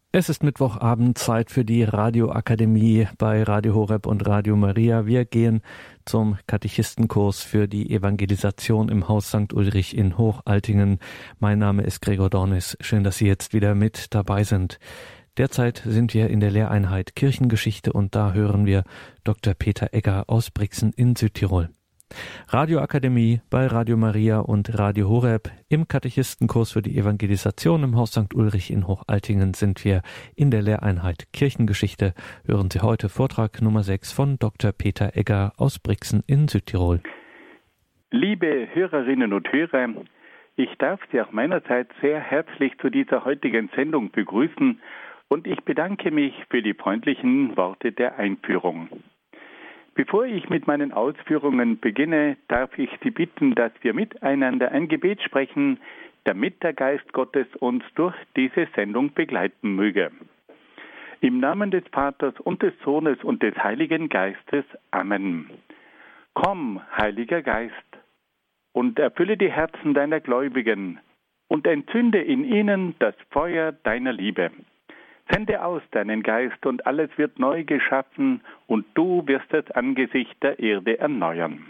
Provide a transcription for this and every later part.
Es ist Mittwochabend, Zeit für die Radioakademie bei Radio Horeb und Radio Maria. Wir gehen zum Katechistenkurs für die Evangelisation im Haus St. Ulrich in Hochaltingen. Mein Name ist Gregor Dornis. Schön, dass Sie jetzt wieder mit dabei sind. Derzeit sind wir in der Lehreinheit Kirchengeschichte und da hören wir Dr. Peter Egger aus Brixen in Südtirol. Radioakademie bei Radio Maria und Radio Horeb. Im Katechistenkurs für die Evangelisation im Haus St. Ulrich in Hochaltingen sind wir in der Lehreinheit Kirchengeschichte. Hören Sie heute Vortrag Nummer 6 von Dr. Peter Egger aus Brixen in Südtirol. Liebe Hörerinnen und Hörer, ich darf Sie auch meinerseits sehr herzlich zu dieser heutigen Sendung begrüßen und ich bedanke mich für die freundlichen Worte der Einführung. Bevor ich mit meinen Ausführungen beginne, darf ich Sie bitten, dass wir miteinander ein Gebet sprechen, damit der Geist Gottes uns durch diese Sendung begleiten möge. Im Namen des Vaters und des Sohnes und des Heiligen Geistes. Amen. Komm, Heiliger Geist, und erfülle die Herzen deiner Gläubigen und entzünde in ihnen das Feuer deiner Liebe. Sende aus deinen Geist und alles wird neu geschaffen und du wirst das Angesicht der Erde erneuern.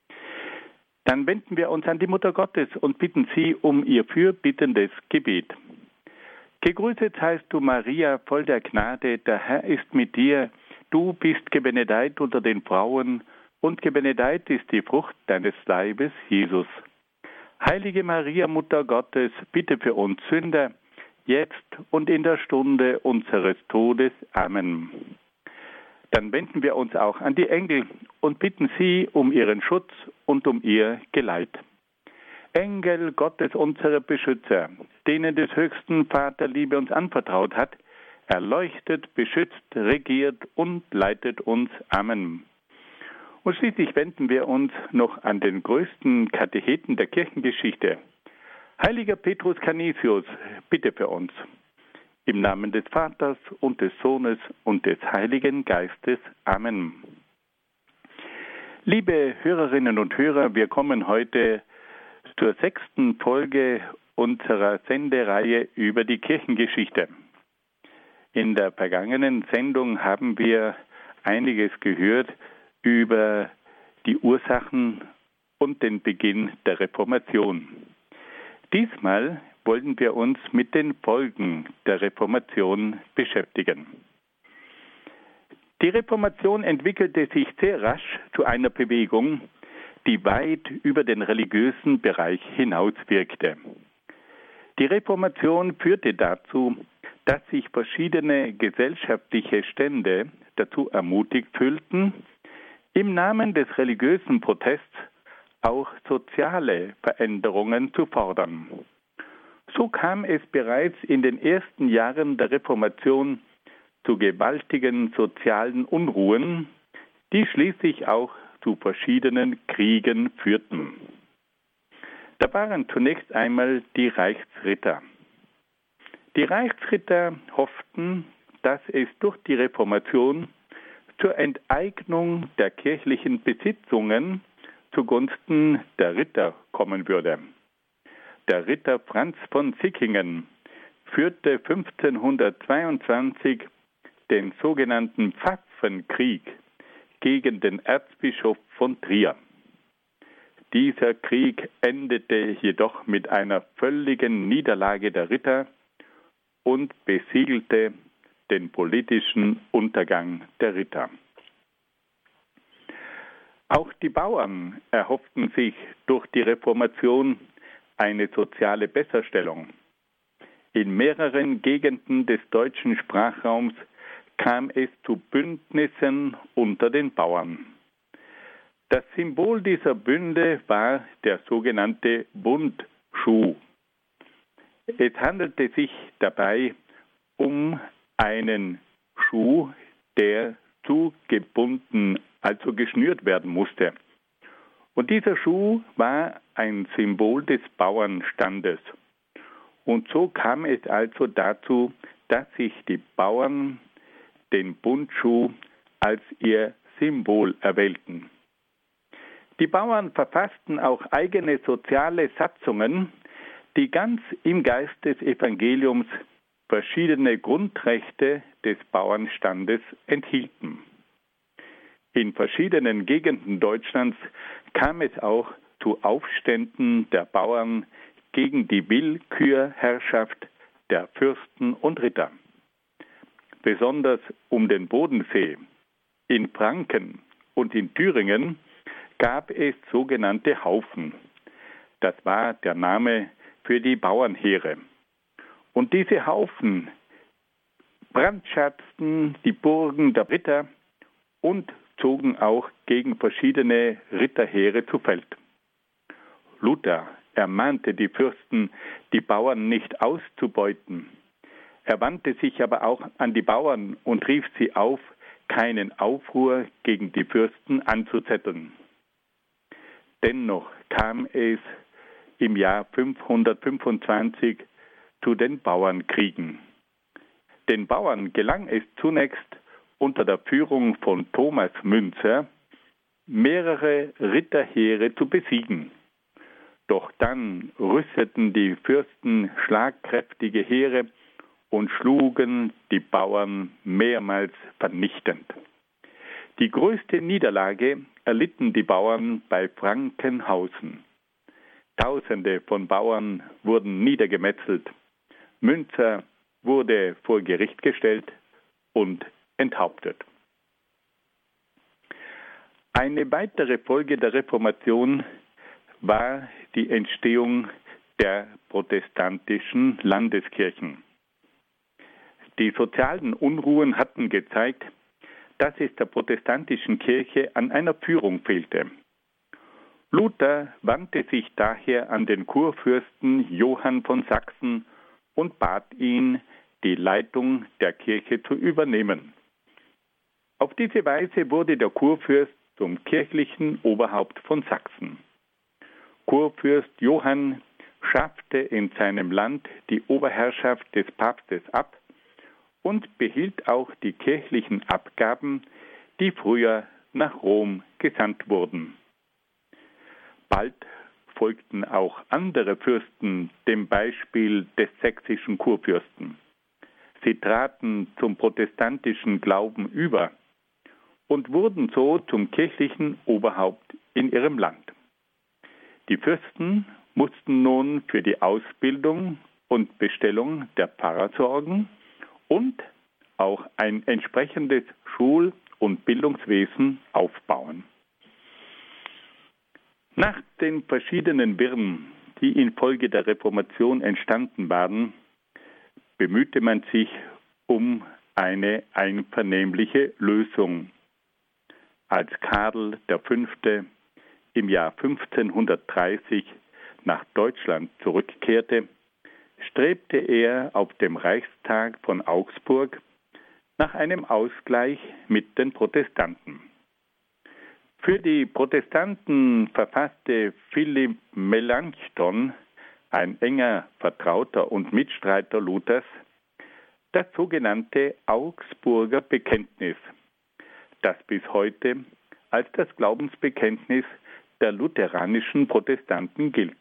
Dann wenden wir uns an die Mutter Gottes und bitten sie um ihr fürbittendes Gebet. Gegrüßet seist du, Maria, voll der Gnade, der Herr ist mit dir. Du bist gebenedeit unter den Frauen und gebenedeit ist die Frucht deines Leibes, Jesus. Heilige Maria, Mutter Gottes, bitte für uns Sünder, jetzt und in der Stunde unseres Todes. Amen. Dann wenden wir uns auch an die Engel und bitten sie um ihren Schutz und um ihr Geleit. Engel Gottes, unsere Beschützer, denen des höchsten Vater Liebe uns anvertraut hat, erleuchtet, beschützt, regiert und leitet uns. Amen. Und schließlich wenden wir uns noch an den größten Katecheten der Kirchengeschichte. Heiliger Petrus Canisius, bitte für uns. Im Namen des Vaters und des Sohnes und des Heiligen Geistes. Amen. Liebe Hörerinnen und Hörer, wir kommen heute zur 6. Folge unserer Sendereihe über die Kirchengeschichte. In der vergangenen Sendung haben wir einiges gehört über die Ursachen und den Beginn der Reformation. Diesmal wollen wir uns mit den Folgen der Reformation beschäftigen. Die Reformation entwickelte sich sehr rasch zu einer Bewegung, die weit über den religiösen Bereich hinauswirkte. Die Reformation führte dazu, dass sich verschiedene gesellschaftliche Stände dazu ermutigt fühlten, im Namen des religiösen Protests auch soziale Veränderungen zu fordern. So kam es bereits in den ersten Jahren der Reformation zu gewaltigen sozialen Unruhen, die schließlich auch zu verschiedenen Kriegen führten. Da waren zunächst einmal die Reichsritter. Die Reichsritter hofften, dass es durch die Reformation zur Enteignung der kirchlichen Besitzungen zugunsten der Ritter kommen würde. Der Ritter Franz von Sickingen führte 1522 den sogenannten Pfaffenkrieg gegen den Erzbischof von Trier. Dieser Krieg endete jedoch mit einer völligen Niederlage der Ritter und besiegelte den politischen Untergang der Ritter. Auch die Bauern erhofften sich durch die Reformation eine soziale Besserstellung. In mehreren Gegenden des deutschen Sprachraums kam es zu Bündnissen unter den Bauern. Das Symbol dieser Bünde war der sogenannte Bundschuh. Es handelte sich dabei um einen Schuh, der zugebunden, also geschnürt werden musste. Und dieser Schuh war ein Symbol des Bauernstandes. Und so kam es also dazu, dass sich die Bauern den Bundschuh als ihr Symbol erwählten. Die Bauern verfassten auch eigene soziale Satzungen, die ganz im Geist des Evangeliums verschiedene Grundrechte des Bauernstandes enthielten. In verschiedenen Gegenden Deutschlands kam es auch zu Aufständen der Bauern gegen die Willkürherrschaft der Fürsten und Ritter. Besonders um den Bodensee, in Franken und in Thüringen gab es sogenannte Haufen. Das war der Name für die Bauernheere. Und diese Haufen brandschatzten die Burgen der Ritter und zogen auch gegen verschiedene Ritterheere zu Feld. Luther ermahnte die Fürsten, die Bauern nicht auszubeuten. Er wandte sich aber auch an die Bauern und rief sie auf, keinen Aufruhr gegen die Fürsten anzuzetteln. Dennoch kam es im Jahr 525 zu den Bauernkriegen. Den Bauern gelang es zunächst unter der Führung von Thomas Müntzer, mehrere Ritterheere zu besiegen. Doch dann rüsteten die Fürsten schlagkräftige Heere und schlugen die Bauern mehrmals vernichtend. Die größte Niederlage erlitten die Bauern bei Frankenhausen. Tausende von Bauern wurden niedergemetzelt. Müntzer wurde vor Gericht gestellt und enthauptet. Eine weitere Folge der Reformation war die Entstehung der protestantischen Landeskirchen. Die sozialen Unruhen hatten gezeigt, dass es der protestantischen Kirche an einer Führung fehlte. Luther wandte sich daher an den Kurfürsten Johann von Sachsen und bat ihn, die Leitung der Kirche zu übernehmen. Auf diese Weise wurde der Kurfürst zum kirchlichen Oberhaupt von Sachsen. Kurfürst Johann schaffte in seinem Land die Oberherrschaft des Papstes ab und behielt auch die kirchlichen Abgaben, die früher nach Rom gesandt wurden. Bald folgten auch andere Fürsten dem Beispiel des sächsischen Kurfürsten. Sie traten zum protestantischen Glauben über und wurden so zum kirchlichen Oberhaupt in ihrem Land. Die Fürsten mussten nun für die Ausbildung und Bestellung der Pfarrer sorgen und auch ein entsprechendes Schul- und Bildungswesen aufbauen. Nach den verschiedenen Wirren, die infolge der Reformation entstanden waren, bemühte man sich um eine einvernehmliche Lösung. Als Karl V. im Jahr 1530 nach Deutschland zurückkehrte, strebte er auf dem Reichstag von Augsburg nach einem Ausgleich mit den Protestanten. Für die Protestanten verfasste Philipp Melanchthon, ein enger Vertrauter und Mitstreiter Luthers, das sogenannte Augsburger Bekenntnis, das bis heute als das Glaubensbekenntnis der lutheranischen Protestanten gilt.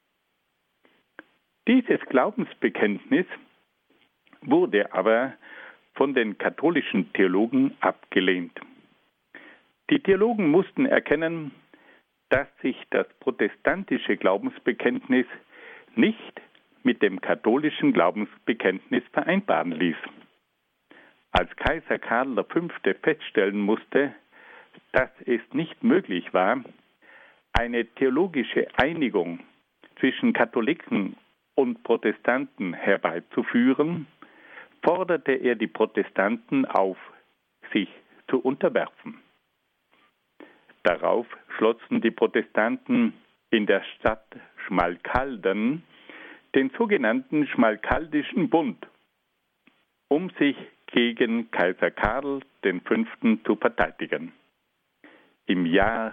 Dieses Glaubensbekenntnis wurde aber von den katholischen Theologen abgelehnt. Die Theologen mussten erkennen, dass sich das protestantische Glaubensbekenntnis nicht mit dem katholischen Glaubensbekenntnis vereinbaren ließ. Als Kaiser Karl V. feststellen musste, dass es nicht möglich war, eine theologische Einigung zwischen Katholiken und Protestanten herbeizuführen, forderte er die Protestanten auf, sich zu unterwerfen. Darauf schlossen die Protestanten in der Stadt Schmalkalden den sogenannten Schmalkaldischen Bund, um sich gegen Kaiser Karl V. zu verteidigen. Im Jahr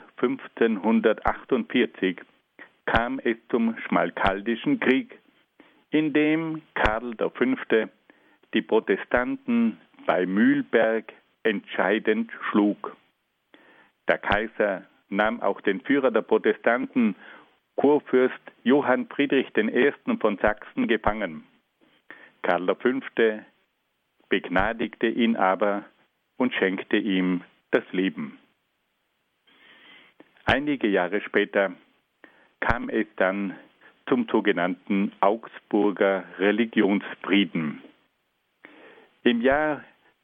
1548 kam es zum Schmalkaldischen Krieg, in dem Karl V. die Protestanten bei Mühlberg entscheidend schlug. Der Kaiser nahm auch den Führer der Protestanten, Kurfürst Johann Friedrich I. von Sachsen, gefangen. Karl V. begnadigte ihn aber und schenkte ihm das Leben. Einige Jahre später kam es dann zum sogenannten Augsburger Religionsfrieden. Im Jahr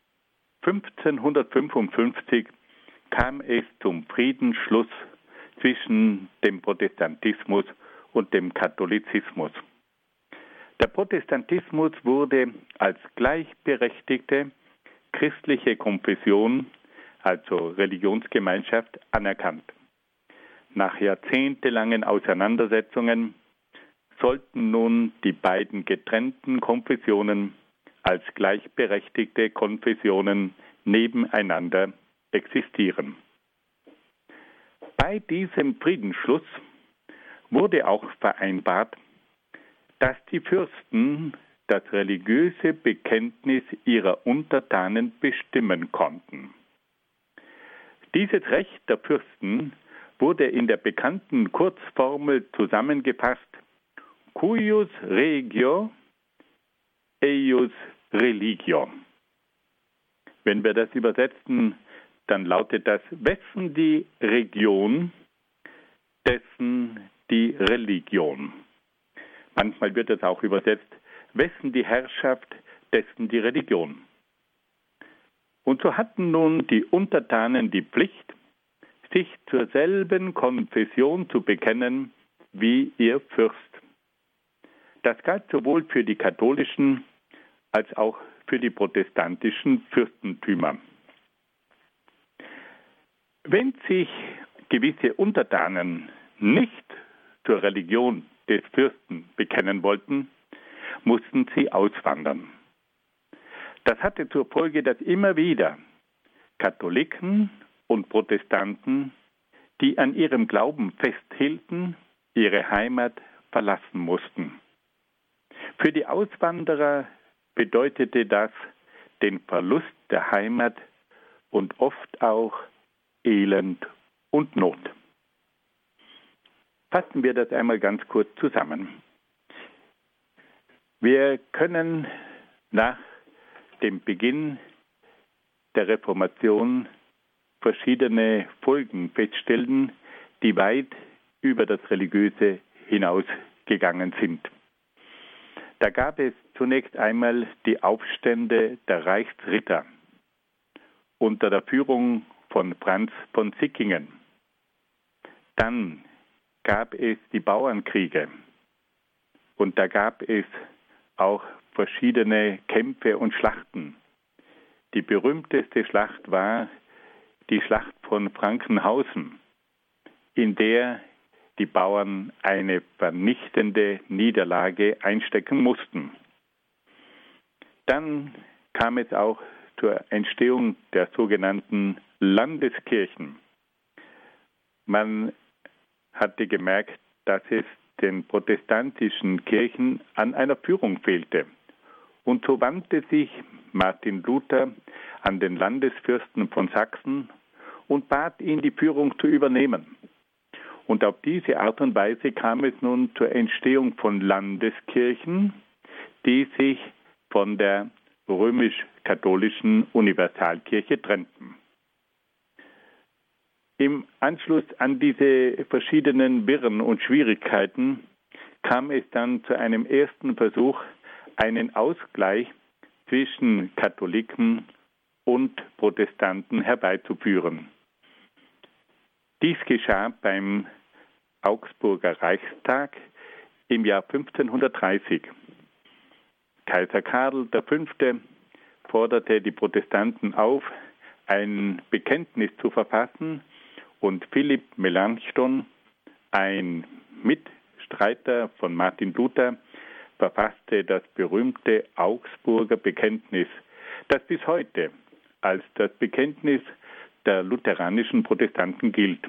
1555 kam es zum Friedensschluss zwischen dem Protestantismus und dem Katholizismus. Der Protestantismus wurde als gleichberechtigte christliche Konfession, also Religionsgemeinschaft, anerkannt. Nach jahrzehntelangen Auseinandersetzungen sollten nun die beiden getrennten Konfessionen als gleichberechtigte Konfessionen nebeneinander existieren. Bei diesem Friedensschluss wurde auch vereinbart, dass die Fürsten das religiöse Bekenntnis ihrer Untertanen bestimmen konnten. Dieses Recht der Fürsten wurde in der bekannten Kurzformel zusammengefasst: cuius regio, eius religio. Wenn wir das übersetzen, dann lautet das: wessen die Region, dessen die Religion. Manchmal wird es auch übersetzt: wessen die Herrschaft, dessen die Religion. Und so hatten nun die Untertanen die Pflicht, sich zur selben Konfession zu bekennen wie ihr Fürst. Das galt sowohl für die katholischen als auch für die protestantischen Fürstentümer. Wenn sich gewisse Untertanen nicht zur Religion des Fürsten bekennen wollten, mussten sie auswandern. Das hatte zur Folge, dass immer wieder Katholiken und Protestanten, die an ihrem Glauben festhielten, ihre Heimat verlassen mussten. Für die Auswanderer bedeutete das den Verlust der Heimat und oft auch Elend und Not. Fassen wir das einmal ganz kurz zusammen. Wir können nach dem Beginn der Reformation verschiedene Folgen feststellen, die weit über das Religiöse hinausgegangen sind. Da gab es zunächst einmal die Aufstände der Reichsritter unter der Führung von Franz von Sickingen. Dann gab es die Bauernkriege und da gab es auch verschiedene Kämpfe und Schlachten. Die berühmteste Schlacht war die Schlacht von Frankenhausen, in der die Bauern eine vernichtende Niederlage einstecken mussten. Dann kam es auch zur Entstehung der sogenannten Landeskirchen. Man hatte gemerkt, dass es den protestantischen Kirchen an einer Führung fehlte. Und so wandte sich Martin Luther an den Landesfürsten von Sachsen und bat ihn, die Führung zu übernehmen. Und auf diese Art und Weise kam es nun zur Entstehung von Landeskirchen, die sich von der römisch-katholischen Universalkirche trennten. Im Anschluss an diese verschiedenen Wirren und Schwierigkeiten kam es dann zu einem ersten Versuch, einen Ausgleich zwischen Katholiken und Protestanten herbeizuführen. Dies geschah beim Augsburger Reichstag im Jahr 1530. Kaiser Karl V. forderte die Protestanten auf, ein Bekenntnis zu verfassen, und Philipp Melanchthon, ein Mitstreiter von Martin Luther, verfasste das berühmte Augsburger Bekenntnis, das bis heute als das Bekenntnis der lutheranischen Protestanten gilt.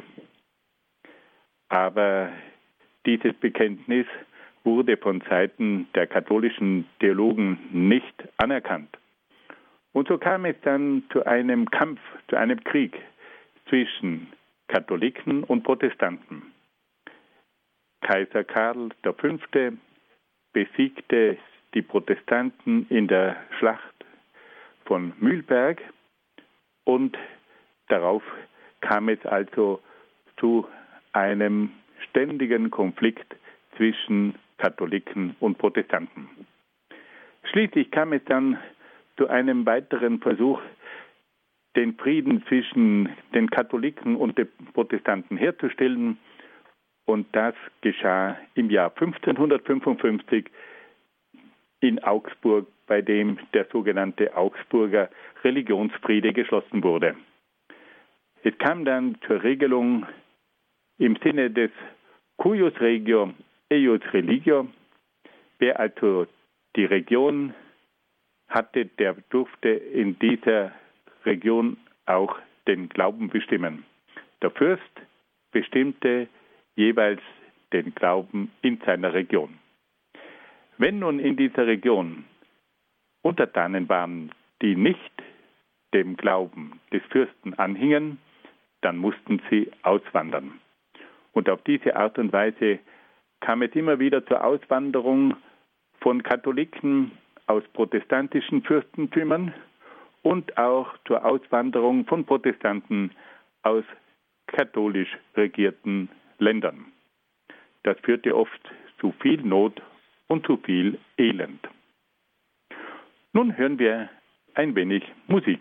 Aber dieses Bekenntnis wurde von Seiten der katholischen Theologen nicht anerkannt. Und so kam es dann zu einem Kampf, zu einem Krieg zwischen Katholiken und Protestanten. Kaiser Karl V. besiegte die Protestanten in der Schlacht von Mühlberg und darauf kam es also zu einem ständigen Konflikt zwischen Katholiken und Protestanten. Schließlich kam es dann zu einem weiteren Versuch, den Frieden zwischen den Katholiken und den Protestanten herzustellen. Und das geschah im Jahr 1555 in Augsburg, bei dem der sogenannte Augsburger Religionsfriede geschlossen wurde. Es kam dann zur Regelung im Sinne des cuius regio, eius religio. Wer also die Region hatte, der durfte in dieser Region auch den Glauben bestimmen. Der Fürst bestimmte jeweils den Glauben in seiner Region. Wenn nun in dieser Region Untertanen waren, die nicht dem Glauben des Fürsten anhingen, dann mussten sie auswandern. Und auf diese Art und Weise kam es immer wieder zur Auswanderung von Katholiken aus protestantischen Fürstentümern und auch zur Auswanderung von Protestanten aus katholisch regierten Ländern. Das führte oft zu viel Not und zu viel Elend. Nun hören wir ein wenig Musik.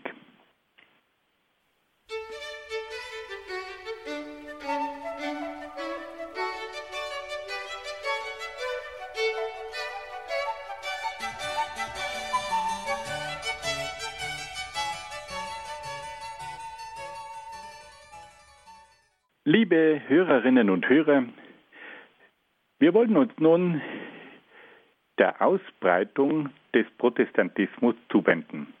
Liebe Hörerinnen und Hörer, wir wollen uns nun der Ausbreitung des Protestantismus zuwenden.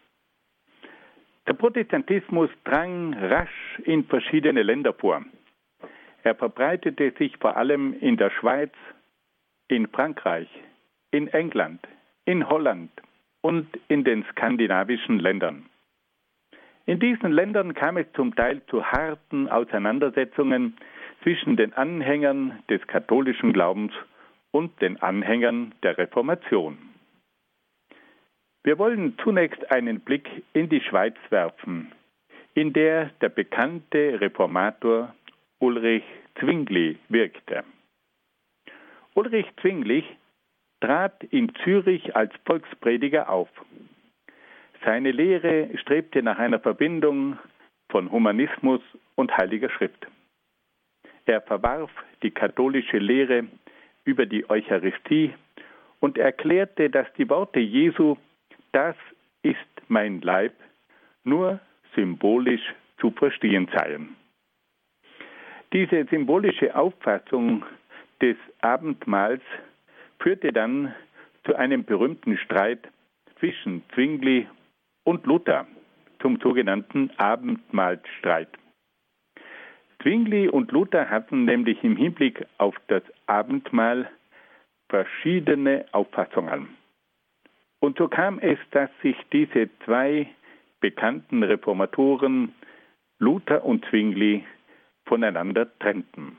Der Protestantismus drang rasch in verschiedene Länder vor. Er verbreitete sich vor allem in der Schweiz, in Frankreich, in England, in Holland und in den skandinavischen Ländern. In diesen Ländern kam es zum Teil zu harten Auseinandersetzungen zwischen den Anhängern des katholischen Glaubens und den Anhängern der Reformation. Wir wollen zunächst einen Blick in die Schweiz werfen, in der der bekannte Reformator Ulrich Zwingli wirkte. Ulrich Zwingli trat in Zürich als Volksprediger auf. Seine Lehre strebte nach einer Verbindung von Humanismus und Heiliger Schrift. Er verwarf die katholische Lehre über die Eucharistie und erklärte, dass die Worte Jesu, das ist mein Leib, nur symbolisch zu verstehen seien. Diese symbolische Auffassung des Abendmahls führte dann zu einem berühmten Streit zwischen Zwingli und Luther, zum sogenannten Abendmahlstreit. Zwingli und Luther hatten nämlich im Hinblick auf das Abendmahl verschiedene Auffassungen. Und so kam es, dass sich diese zwei bekannten Reformatoren, Luther und Zwingli, voneinander trennten.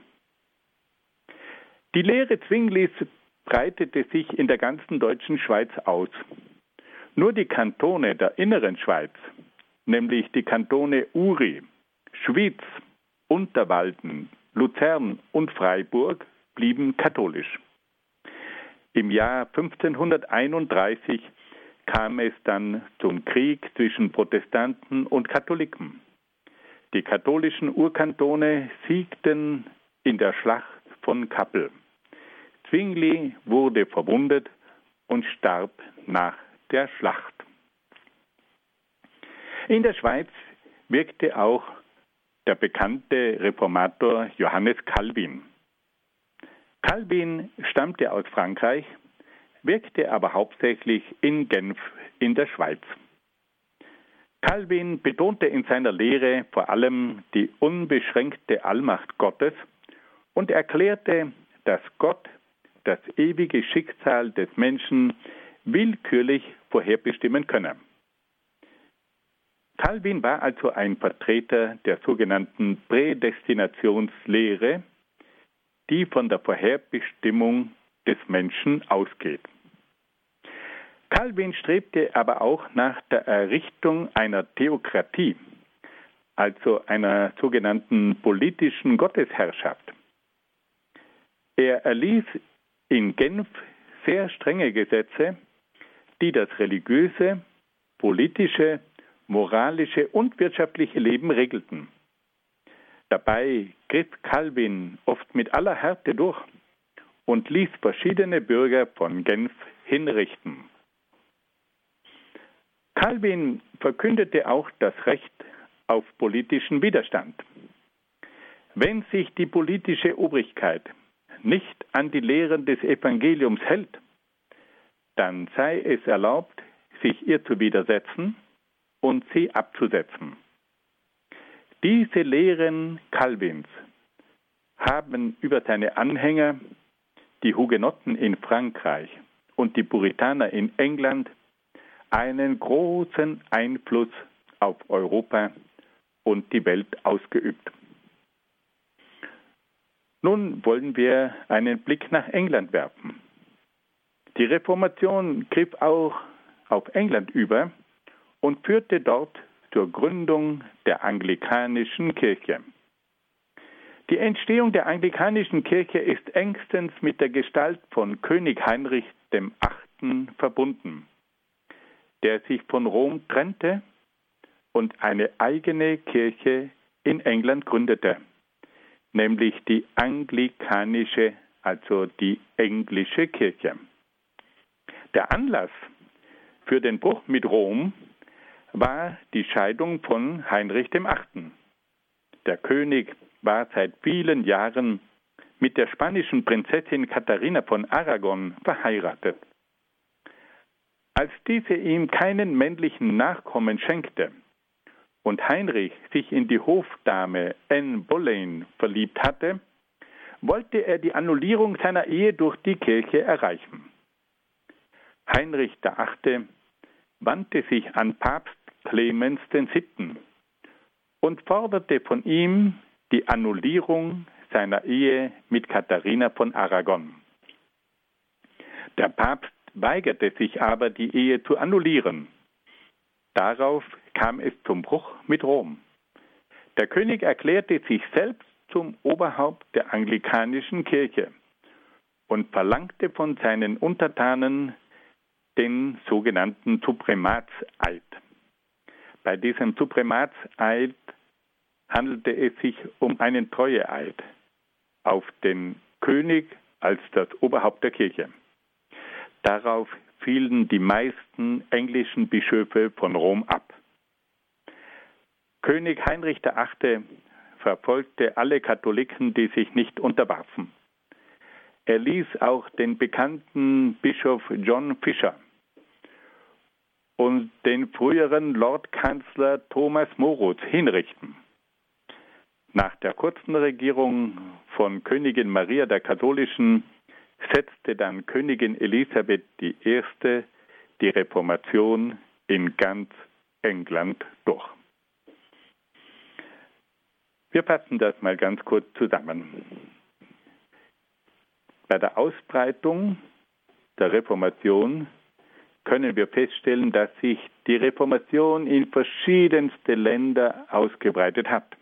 Die Lehre Zwinglis breitete sich in der ganzen deutschen Schweiz aus. Nur die Kantone der inneren Schweiz, nämlich die Kantone Uri, Schwyz, Unterwalden, Luzern und Freiburg, blieben katholisch. Im Jahr 1531 kam es dann zum Krieg zwischen Protestanten und Katholiken. Die katholischen Urkantone siegten in der Schlacht von Kappel. Zwingli wurde verwundet und starb nach der Schlacht. In der Schweiz wirkte auch der bekannte Reformator Johannes Calvin. Calvin stammte aus Frankreich, wirkte aber hauptsächlich in Genf in der Schweiz. Calvin betonte in seiner Lehre vor allem die unbeschränkte Allmacht Gottes und erklärte, dass Gott das ewige Schicksal des Menschen willkürlich vorherbestimmen könne. Calvin war also ein Vertreter der sogenannten Prädestinationslehre, die von der Vorherbestimmung des Menschen ausgeht. Calvin strebte aber auch nach der Errichtung einer Theokratie, also einer sogenannten politischen Gottesherrschaft. Er erließ in Genf sehr strenge Gesetze, die das religiöse, politische, moralische und wirtschaftliche Leben regelten. Dabei griff Calvin oft mit aller Härte durch und ließ verschiedene Bürger von Genf hinrichten. Calvin verkündete auch das Recht auf politischen Widerstand. Wenn sich die politische Obrigkeit nicht an die Lehren des Evangeliums hält, dann sei es erlaubt, sich ihr zu widersetzen und sie abzusetzen. Diese Lehren Calvins haben über seine Anhänger, die Hugenotten in Frankreich und die Puritaner in England, einen großen Einfluss auf Europa und die Welt ausgeübt. Nun wollen wir einen Blick nach England werfen. Die Reformation griff auch auf England über und führte dort zur Gründung der anglikanischen Kirche. Die Entstehung der anglikanischen Kirche ist engstens mit der Gestalt von König Heinrich VIII. Verbunden, der sich von Rom trennte und eine eigene Kirche in England gründete, nämlich die anglikanische, also die englische Kirche. Der Anlass für den Bruch mit Rom war die Scheidung von Heinrich VIII. Der König war seit vielen Jahren mit der spanischen Prinzessin Katharina von Aragon verheiratet. Als diese ihm keinen männlichen Nachkommen schenkte und Heinrich sich in die Hofdame Anne Boleyn verliebt hatte, wollte er die Annullierung seiner Ehe durch die Kirche erreichen. Heinrich VIII. Wandte sich an Papst Clemens VII. Und forderte von ihm die Annullierung seiner Ehe mit Katharina von Aragon. Der Papst weigerte sich aber, die Ehe zu annullieren. Darauf kam es zum Bruch mit Rom. Der König erklärte sich selbst zum Oberhaupt der anglikanischen Kirche und verlangte von seinen Untertanen den sogenannten Suprematseid. Bei diesem Suprematseid handelte es sich um einen Treueeid auf den König als das Oberhaupt der Kirche. Darauf fielen die meisten englischen Bischöfe von Rom ab. König Heinrich VIII. Verfolgte alle Katholiken, die sich nicht unterwarfen. Er ließ auch den bekannten Bischof John Fisher und den früheren Lordkanzler Thomas Morus hinrichten. Nach der kurzen Regierung von Königin Maria der Katholischen setzte dann Königin Elisabeth I. die Reformation in ganz England durch. Wir fassen das mal ganz kurz zusammen. Bei der Ausbreitung der Reformation können wir feststellen, dass sich die Reformation in verschiedenste Länder ausgebreitet hat.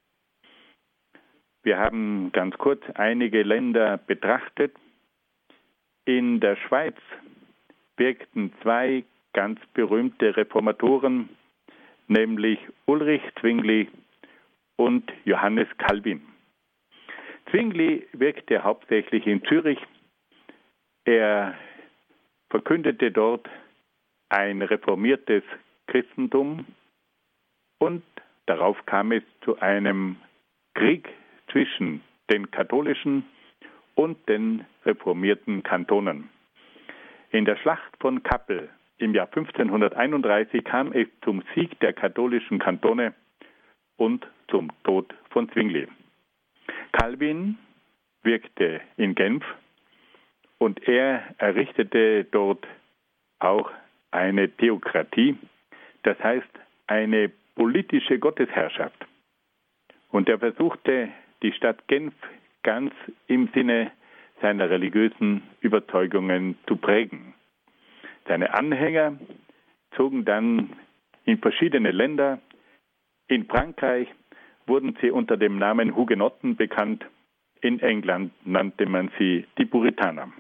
Wir haben ganz kurz einige Länder betrachtet. In der Schweiz wirkten zwei ganz berühmte Reformatoren, nämlich Ulrich Zwingli und Johannes Calvin. Zwingli wirkte hauptsächlich in Zürich. Er verkündete dort ein reformiertes Christentum und darauf kam es zu einem Krieg zwischen den katholischen und den reformierten Kantonen. In der Schlacht von Kappel im Jahr 1531 kam es zum Sieg der katholischen Kantone und zum Tod von Zwingli. Calvin wirkte in Genf und er errichtete dort auch eine Theokratie, das heißt eine politische Gottesherrschaft. Und er versuchte, die Stadt Genf ganz im Sinne seiner religiösen Überzeugungen zu prägen. Seine Anhänger zogen dann in verschiedene Länder. In Frankreich wurden sie unter dem Namen Hugenotten bekannt. In England nannte man sie die Puritaner.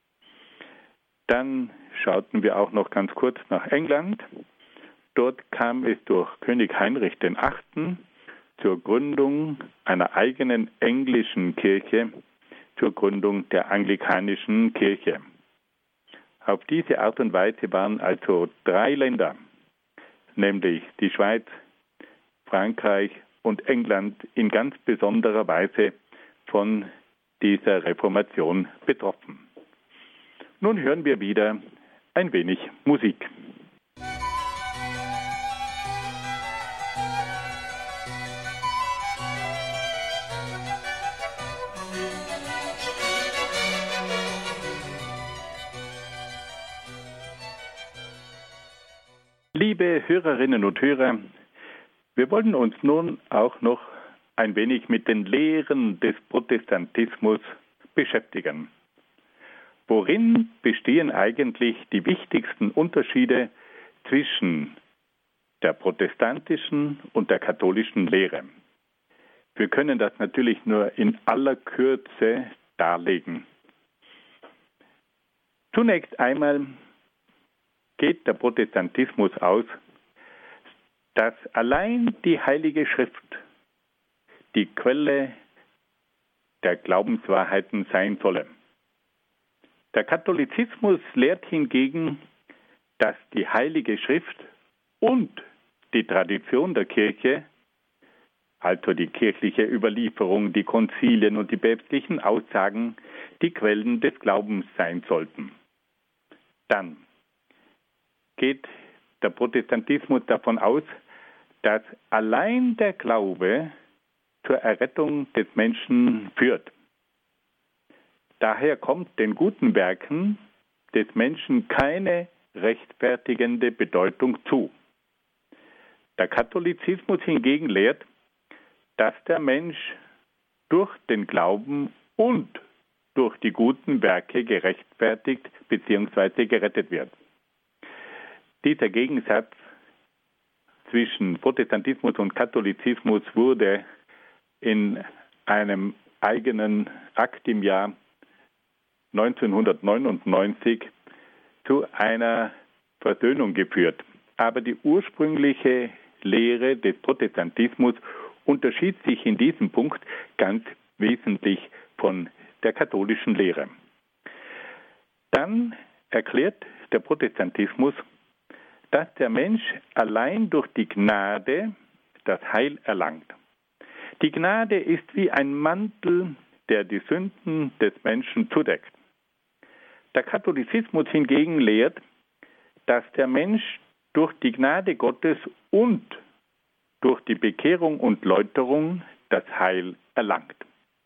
Dann schauten wir auch noch ganz kurz nach England. Dort kam es durch König Heinrich VIII. Zur Gründung einer eigenen englischen Kirche, zur Gründung der anglikanischen Kirche. Auf diese Art und Weise waren also 3 Länder, nämlich die Schweiz, Frankreich und England, in ganz besonderer Weise von dieser Reformation betroffen. Nun hören wir wieder ein wenig Musik. Liebe Hörerinnen und Hörer, wir wollen uns nun auch noch ein wenig mit den Lehren des Protestantismus beschäftigen. Worin bestehen eigentlich die wichtigsten Unterschiede zwischen der protestantischen und der katholischen Lehre? Wir können das natürlich nur in aller Kürze darlegen. Zunächst einmal geht der Protestantismus aus, dass allein die Heilige Schrift die Quelle der Glaubenswahrheiten sein solle. Der Katholizismus lehrt hingegen, dass die Heilige Schrift und die Tradition der Kirche, also die kirchliche Überlieferung, die Konzilien und die päpstlichen Aussagen, die Quellen des Glaubens sein sollten. Dann geht der Protestantismus davon aus, dass allein der Glaube zur Errettung des Menschen führt. Daher kommt den guten Werken des Menschen keine rechtfertigende Bedeutung zu. Der Katholizismus hingegen lehrt, dass der Mensch durch den Glauben und durch die guten Werke gerechtfertigt bzw. gerettet wird. Dieser Gegensatz zwischen Protestantismus und Katholizismus wurde in einem eigenen Akt im Jahr 1999 zu einer Versöhnung geführt. Aber die ursprüngliche Lehre des Protestantismus unterschied sich in diesem Punkt ganz wesentlich von der katholischen Lehre. Dann erklärt der Protestantismus, dass der Mensch allein durch die Gnade das Heil erlangt. Die Gnade ist wie ein Mantel, der die Sünden des Menschen zudeckt. Der Katholizismus hingegen lehrt, dass der Mensch durch die Gnade Gottes und durch die Bekehrung und Läuterung das Heil erlangt.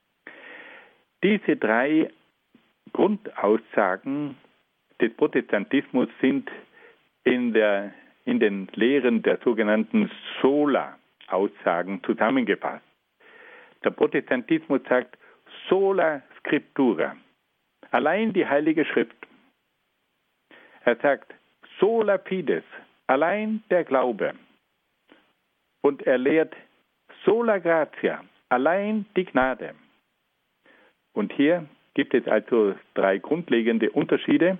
Diese 3 Grundaussagen des Protestantismus sind in den Lehren der sogenannten Sola-Aussagen zusammengefasst. Der Protestantismus sagt sola scriptura, allein die Heilige Schrift. Er sagt sola fides, allein der Glaube. Und er lehrt sola gratia, allein die Gnade. Und hier gibt es also 3 grundlegende Unterschiede.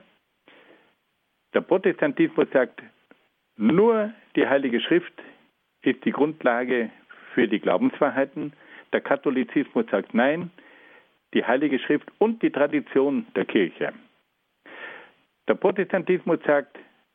Der Protestantismus sagt, nur die Heilige Schrift ist die Grundlage für die Glaubenswahrheiten. Der Katholizismus sagt, nein, die Heilige Schrift und die Tradition der Kirche. Der Protestantismus sagt,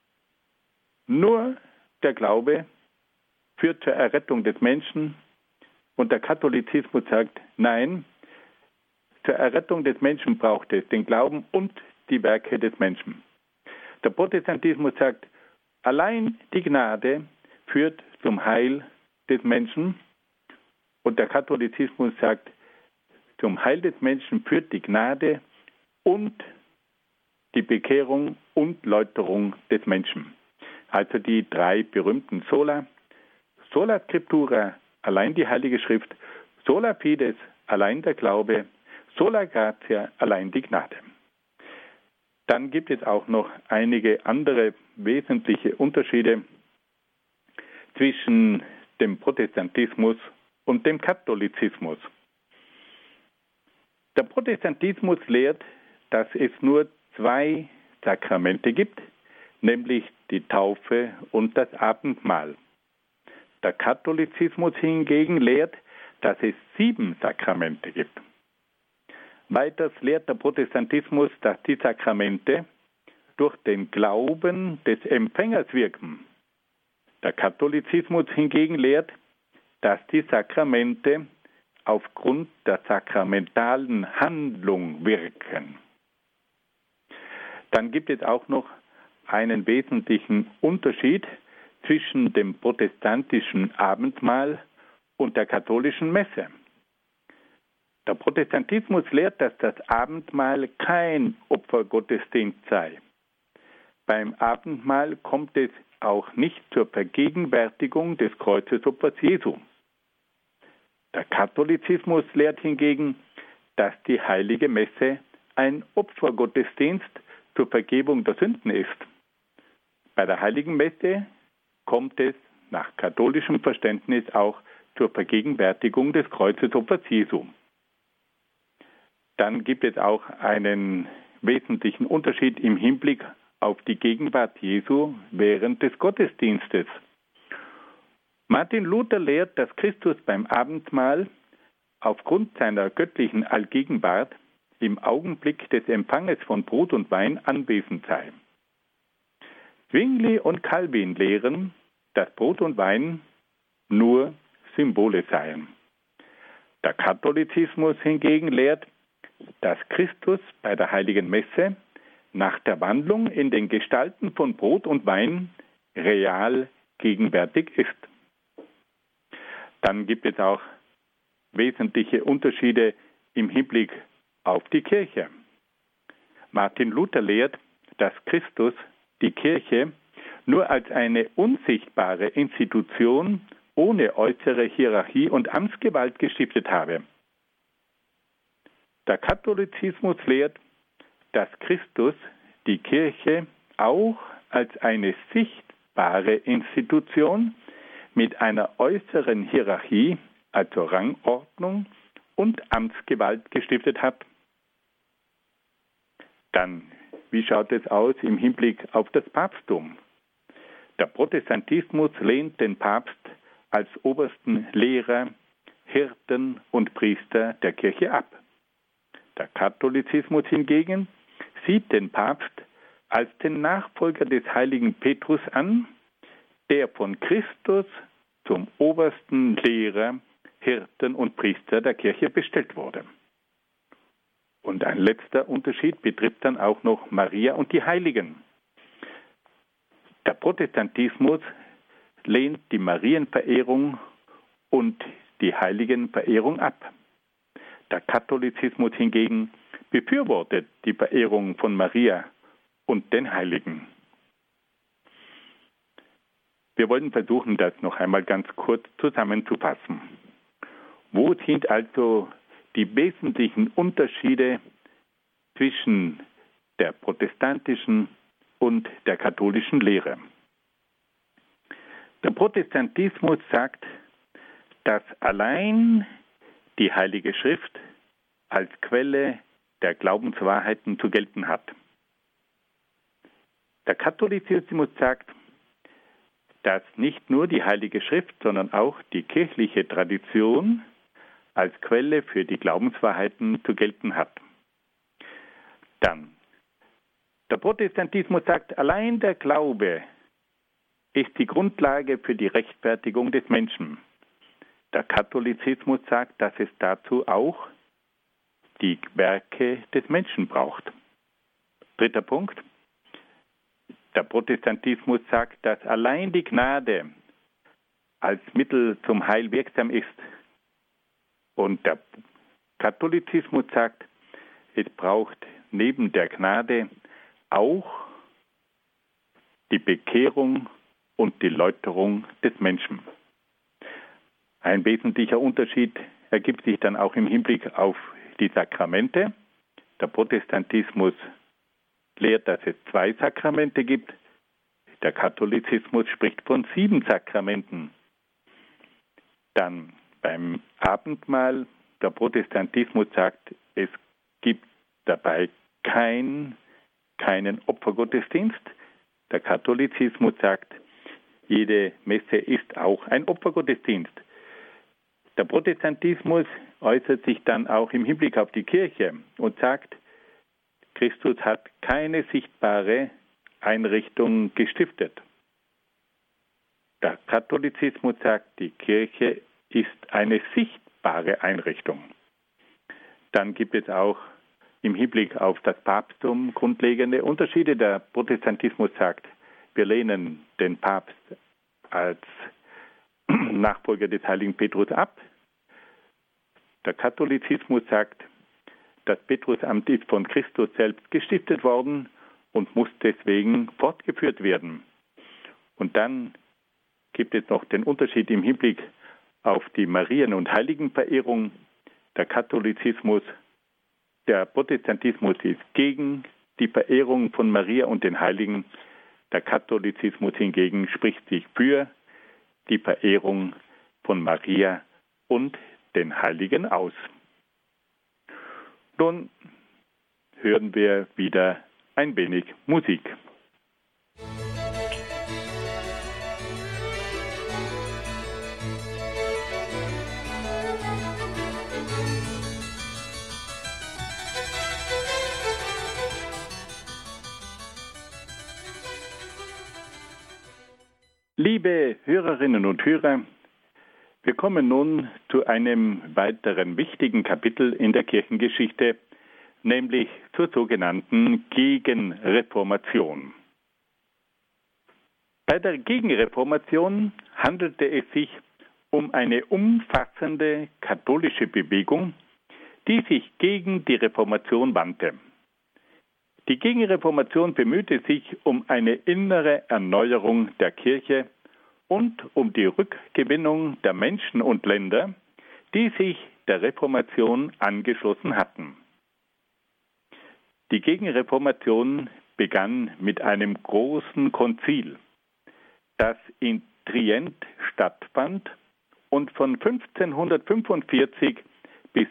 nur der Glaube führt zur Errettung des Menschen. Und der Katholizismus sagt, nein, zur Errettung des Menschen braucht es den Glauben und die Werke des Menschen. Der Protestantismus sagt, allein die Gnade führt zum Heil des Menschen. Und der Katholizismus sagt, zum Heil des Menschen führt die Gnade und die Bekehrung und Läuterung des Menschen. Also die 3 berühmten Sola. Sola scriptura, allein die Heilige Schrift. Sola fides, allein der Glaube. Sola gratia, allein die Gnade. Dann gibt es auch noch einige andere wesentliche Unterschiede zwischen dem Protestantismus und dem Katholizismus. Der Protestantismus lehrt, dass es nur 2 Sakramente gibt, nämlich die Taufe und das Abendmahl. Der Katholizismus hingegen lehrt, dass es 7 Sakramente gibt. Weiters lehrt der Protestantismus, dass die Sakramente durch den Glauben des Empfängers wirken. Der Katholizismus hingegen lehrt, dass die Sakramente aufgrund der sakramentalen Handlung wirken. Dann gibt es auch noch einen wesentlichen Unterschied zwischen dem protestantischen Abendmahl und der katholischen Messe. Der Protestantismus lehrt, dass das Abendmahl kein Opfergottesdienst sei. Beim Abendmahl kommt es auch nicht zur Vergegenwärtigung des Kreuzesopfers Jesu. Der Katholizismus lehrt hingegen, dass die heilige Messe ein Opfergottesdienst zur Vergebung der Sünden ist. Bei der heiligen Messe kommt es nach katholischem Verständnis auch zur Vergegenwärtigung des Kreuzesopfers Jesu. Dann gibt es auch einen wesentlichen Unterschied im Hinblick auf die Gegenwart Jesu während des Gottesdienstes. Martin Luther lehrt, dass Christus beim Abendmahl aufgrund seiner göttlichen Allgegenwart im Augenblick des Empfanges von Brot und Wein anwesend sei. Zwingli und Calvin lehren, dass Brot und Wein nur Symbole seien. Der Katholizismus hingegen lehrt, dass Christus bei der heiligen Messe nach der Wandlung in den Gestalten von Brot und Wein real gegenwärtig ist. Dann gibt es auch wesentliche Unterschiede im Hinblick auf die Kirche. Martin Luther lehrt, dass Christus die Kirche nur als eine unsichtbare Institution ohne äußere Hierarchie und Amtsgewalt gestiftet habe. Der Katholizismus lehrt, dass Christus die Kirche auch als eine sichtbare Institution mit einer äußeren Hierarchie, also Rangordnung und Amtsgewalt gestiftet hat. Dann, wie schaut es aus im Hinblick auf das Papsttum? Der Protestantismus lehnt den Papst als obersten Lehrer, Hirten und Priester der Kirche ab. Der Katholizismus hingegen sieht den Papst als den Nachfolger des heiligen Petrus an, der von Christus zum obersten Lehrer, Hirten und Priester der Kirche bestellt wurde. Und ein letzter Unterschied betrifft dann auch noch Maria und die Heiligen. Der Protestantismus lehnt die Marienverehrung und die Heiligenverehrung ab. Der Katholizismus hingegen befürwortet die Verehrung von Maria und den Heiligen. Wir wollen versuchen, das noch einmal ganz kurz zusammenzufassen. Wo sind also die wesentlichen Unterschiede zwischen der protestantischen und der katholischen Lehre? Der Protestantismus sagt, dass allein die Heilige Schrift als Quelle der Glaubenswahrheiten zu gelten hat. Der Katholizismus sagt, dass nicht nur die Heilige Schrift, sondern auch die kirchliche Tradition als Quelle für die Glaubenswahrheiten zu gelten hat. Dann, der Protestantismus sagt, allein der Glaube ist die Grundlage für die Rechtfertigung des Menschen. Der Katholizismus sagt, dass es dazu auch die Werke des Menschen braucht. Dritter Punkt. Der Protestantismus sagt, dass allein die Gnade als Mittel zum Heil wirksam ist. Und der Katholizismus sagt, es braucht neben der Gnade auch die Bekehrung und die Läuterung des Menschen. Ein wesentlicher Unterschied ergibt sich dann auch im Hinblick auf die Sakramente. Der Protestantismus lehrt, dass es 2 Sakramente gibt. Der Katholizismus spricht von 7 Sakramenten. Dann beim Abendmahl, der Protestantismus sagt, es gibt dabei keinen Opfergottesdienst. Der Katholizismus sagt, jede Messe ist auch ein Opfergottesdienst. Der Protestantismus äußert sich dann auch im Hinblick auf die Kirche und sagt, Christus hat keine sichtbare Einrichtung gestiftet. Der Katholizismus sagt, die Kirche ist eine sichtbare Einrichtung. Dann gibt es auch im Hinblick auf das Papsttum grundlegende Unterschiede. Der Protestantismus sagt, wir lehnen den Papst als Nachfolger des heiligen Petrus ab. Der Katholizismus sagt, das Petrusamt ist von Christus selbst gestiftet worden und muss deswegen fortgeführt werden. Und dann gibt es noch den Unterschied im Hinblick auf die Marien- und Heiligenverehrung. Der Protestantismus ist gegen die Verehrung von Maria und den Heiligen. Der Katholizismus hingegen spricht sich für die Verehrung von Maria und den Heiligen aus. Nun hören wir wieder ein wenig Musik. Liebe Hörerinnen und Hörer, wir kommen nun zu einem weiteren wichtigen Kapitel in der Kirchengeschichte, nämlich zur sogenannten Gegenreformation. Bei der Gegenreformation handelte es sich um eine umfassende katholische Bewegung, die sich gegen die Reformation wandte. Die Gegenreformation bemühte sich um eine innere Erneuerung der Kirche und um die Rückgewinnung der Menschen und Länder, die sich der Reformation angeschlossen hatten. Die Gegenreformation begann mit einem großen Konzil, das in Trient stattfand und von 1545 bis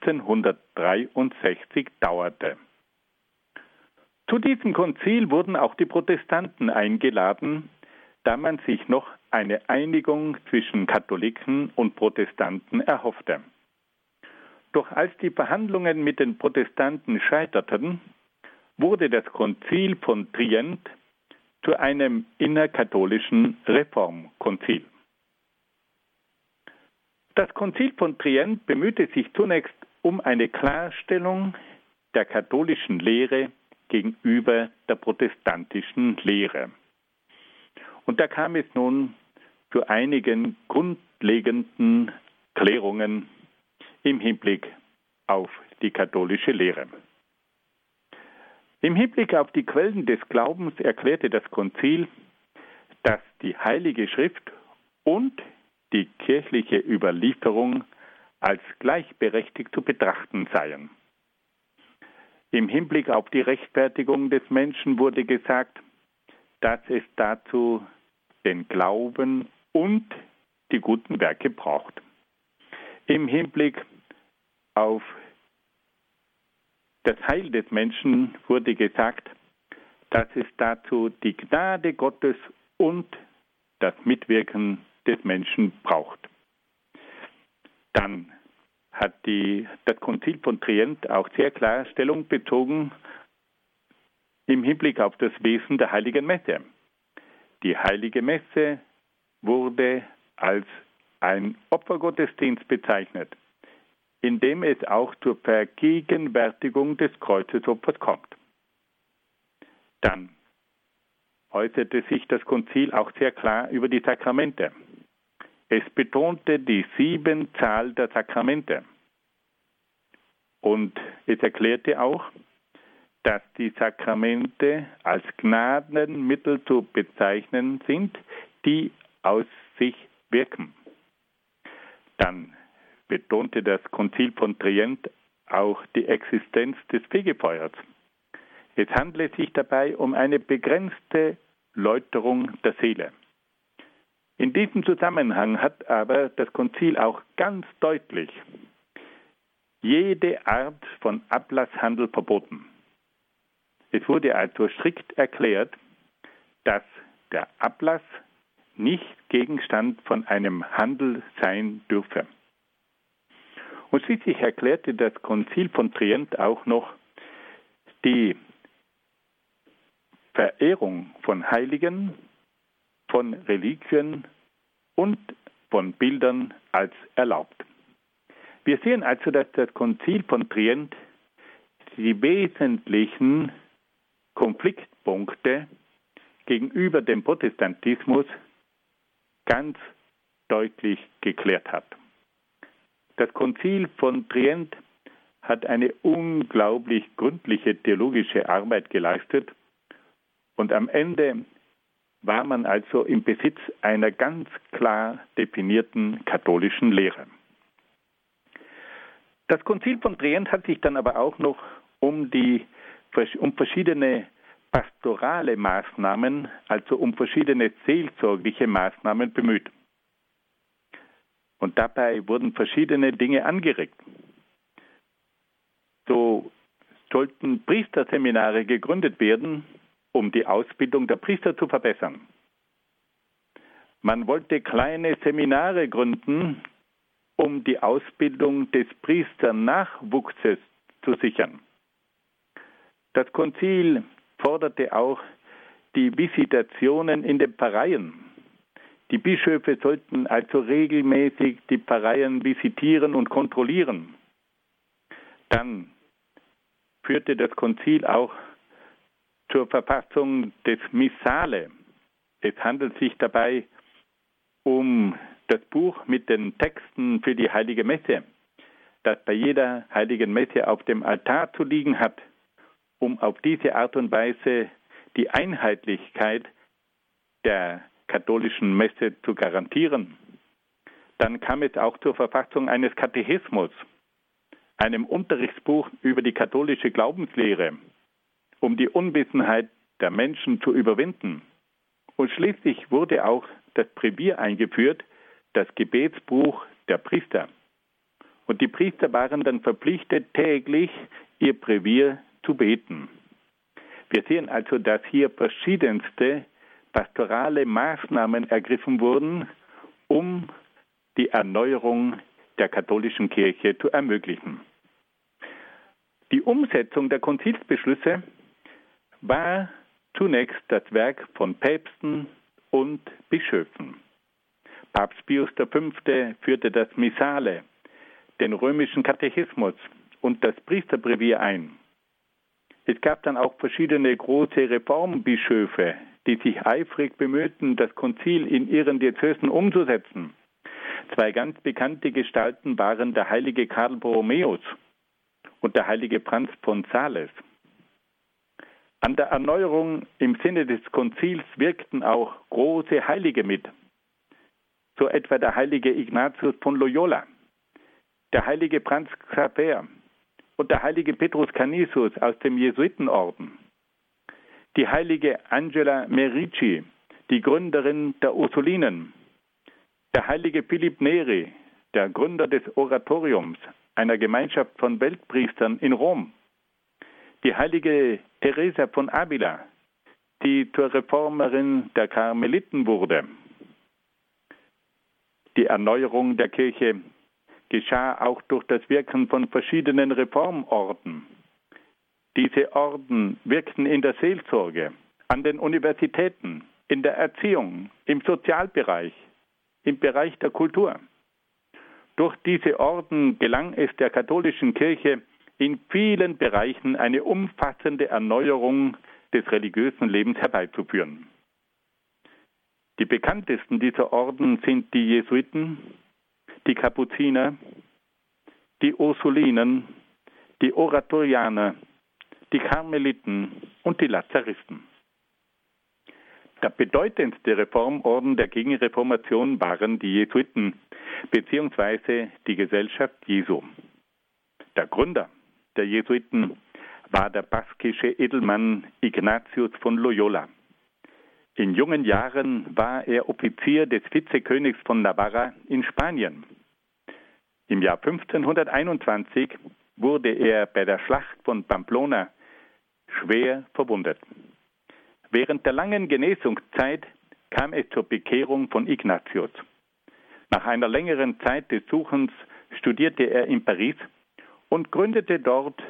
1563 dauerte. Zu diesem Konzil wurden auch die Protestanten eingeladen, da man sich noch eine Einigung zwischen Katholiken und Protestanten erhoffte. Doch als die Verhandlungen mit den Protestanten scheiterten, wurde das Konzil von Trient zu einem innerkatholischen Reformkonzil. Das Konzil von Trient bemühte sich zunächst um eine Klarstellung der katholischen Lehre gegenüber der protestantischen Lehre. Und da kam es nun zu einigen grundlegenden Klärungen im Hinblick auf die katholische Lehre. Im Hinblick auf die Quellen des Glaubens erklärte das Konzil, dass die Heilige Schrift und die kirchliche Überlieferung als gleichberechtigt zu betrachten seien. Im Hinblick auf die Rechtfertigung des Menschen wurde gesagt, dass es dazu den Glauben und die guten Werke braucht. Im Hinblick auf das Heil des Menschen wurde gesagt, dass es dazu die Gnade Gottes und das Mitwirken des Menschen braucht. Dann hat das Konzil von Trient auch sehr klar Stellung bezogen im Hinblick auf das Wesen der Heiligen Messe. Die Heilige Messe wurde als ein Opfergottesdienst bezeichnet, in dem es auch zur Vergegenwärtigung des Kreuzesopfers kommt. Dann äußerte sich das Konzil auch sehr klar über die Sakramente. Es betonte die 7-Zahl der Sakramente. Und es erklärte auch, dass die Sakramente als Gnadenmittel zu bezeichnen sind, die aus sich wirken. Dann betonte das Konzil von Trient auch die Existenz des Fegefeuers. Es handelt sich dabei um eine begrenzte Läuterung der Seele. In diesem Zusammenhang hat aber das Konzil auch ganz deutlich jede Art von Ablasshandel verboten. Es wurde also strikt erklärt, dass der Ablass nicht Gegenstand von einem Handel sein dürfe. Und schließlich erklärte das Konzil von Trient auch noch die Verehrung von Heiligen, von Reliquien und von Bildern als erlaubt. Wir sehen also, dass das Konzil von Trient die wesentlichen Konfliktpunkte gegenüber dem Protestantismus ganz deutlich geklärt hat. Das Konzil von Trient hat eine unglaublich gründliche theologische Arbeit geleistet und am Ende war man also im Besitz einer ganz klar definierten katholischen Lehre. Das Konzil von Trient hat sich dann aber auch noch um verschiedene pastorale Maßnahmen, also um verschiedene seelsorgliche Maßnahmen bemüht. Und dabei wurden verschiedene Dinge angeregt. So sollten Priesterseminare gegründet werden, um die Ausbildung der Priester zu verbessern. Man wollte kleine Seminare gründen, um die Ausbildung des Priesternachwuchses zu sichern. Das Konzil forderte auch die Visitationen in den Pfarreien. Die Bischöfe sollten also regelmäßig die Pfarreien visitieren und kontrollieren. Dann führte das Konzil auch zur Verfassung des Missale. Es handelt sich dabei um das Buch mit den Texten für die Heilige Messe, das bei jeder Heiligen Messe auf dem Altar zu liegen hat, um auf diese Art und Weise die Einheitlichkeit der katholischen Messe zu garantieren. Dann kam es auch zur Verfassung eines Katechismus, einem Unterrichtsbuch über die katholische Glaubenslehre, um die Unwissenheit der Menschen zu überwinden. Und schließlich wurde auch das Brevier eingeführt, das Gebetsbuch der Priester. Und die Priester waren dann verpflichtet, täglich ihr Brevier zu beten. Wir sehen also, dass hier verschiedenste pastorale Maßnahmen ergriffen wurden, um die Erneuerung der katholischen Kirche zu ermöglichen. Die Umsetzung der Konzilsbeschlüsse war zunächst das Werk von Päpsten und Bischöfen. Papst Pius V. führte das Missale, den römischen Katechismus und das Priesterbrevier ein. Es gab dann auch verschiedene große Reformbischöfe, die sich eifrig bemühten, das Konzil in ihren Diözesen umzusetzen. Zwei ganz bekannte Gestalten waren der heilige Karl Borromäus und der heilige Franz von Sales. An der Erneuerung im Sinne des Konzils wirkten auch große Heilige mit, so etwa der heilige Ignatius von Loyola, der heilige Franz Xaver und der heilige Petrus Canisius aus dem Jesuitenorden, die heilige Angela Merici, die Gründerin der Ursulinen, der heilige Philipp Neri, der Gründer des Oratoriums, einer Gemeinschaft von Weltpriestern in Rom, die heilige Teresa von Avila, die zur Reformerin der Karmeliten wurde. Die Erneuerung der Kirche geschah auch durch das Wirken von verschiedenen Reformorden. Diese Orden wirkten in der Seelsorge, an den Universitäten, in der Erziehung, im Sozialbereich, im Bereich der Kultur. Durch diese Orden gelang es der katholischen Kirche, in vielen Bereichen eine umfassende Erneuerung des religiösen Lebens herbeizuführen. Die bekanntesten dieser Orden sind die Jesuiten, die Kapuziner, die Ursulinen, die Oratorianer, die Karmeliten und die Lazaristen. Der bedeutendste Reformorden der Gegenreformation waren die Jesuiten bzw. die Gesellschaft Jesu. Der Gründer der Jesuiten war der baskische Edelmann Ignatius von Loyola. In jungen Jahren war er Offizier des Vizekönigs von Navarra in Spanien. Im Jahr 1521 wurde er bei der Schlacht von Pamplona schwer verwundet. Während der langen Genesungszeit kam es zur Bekehrung von Ignatius. Nach einer längeren Zeit des Suchens studierte er in Paris und gründete dort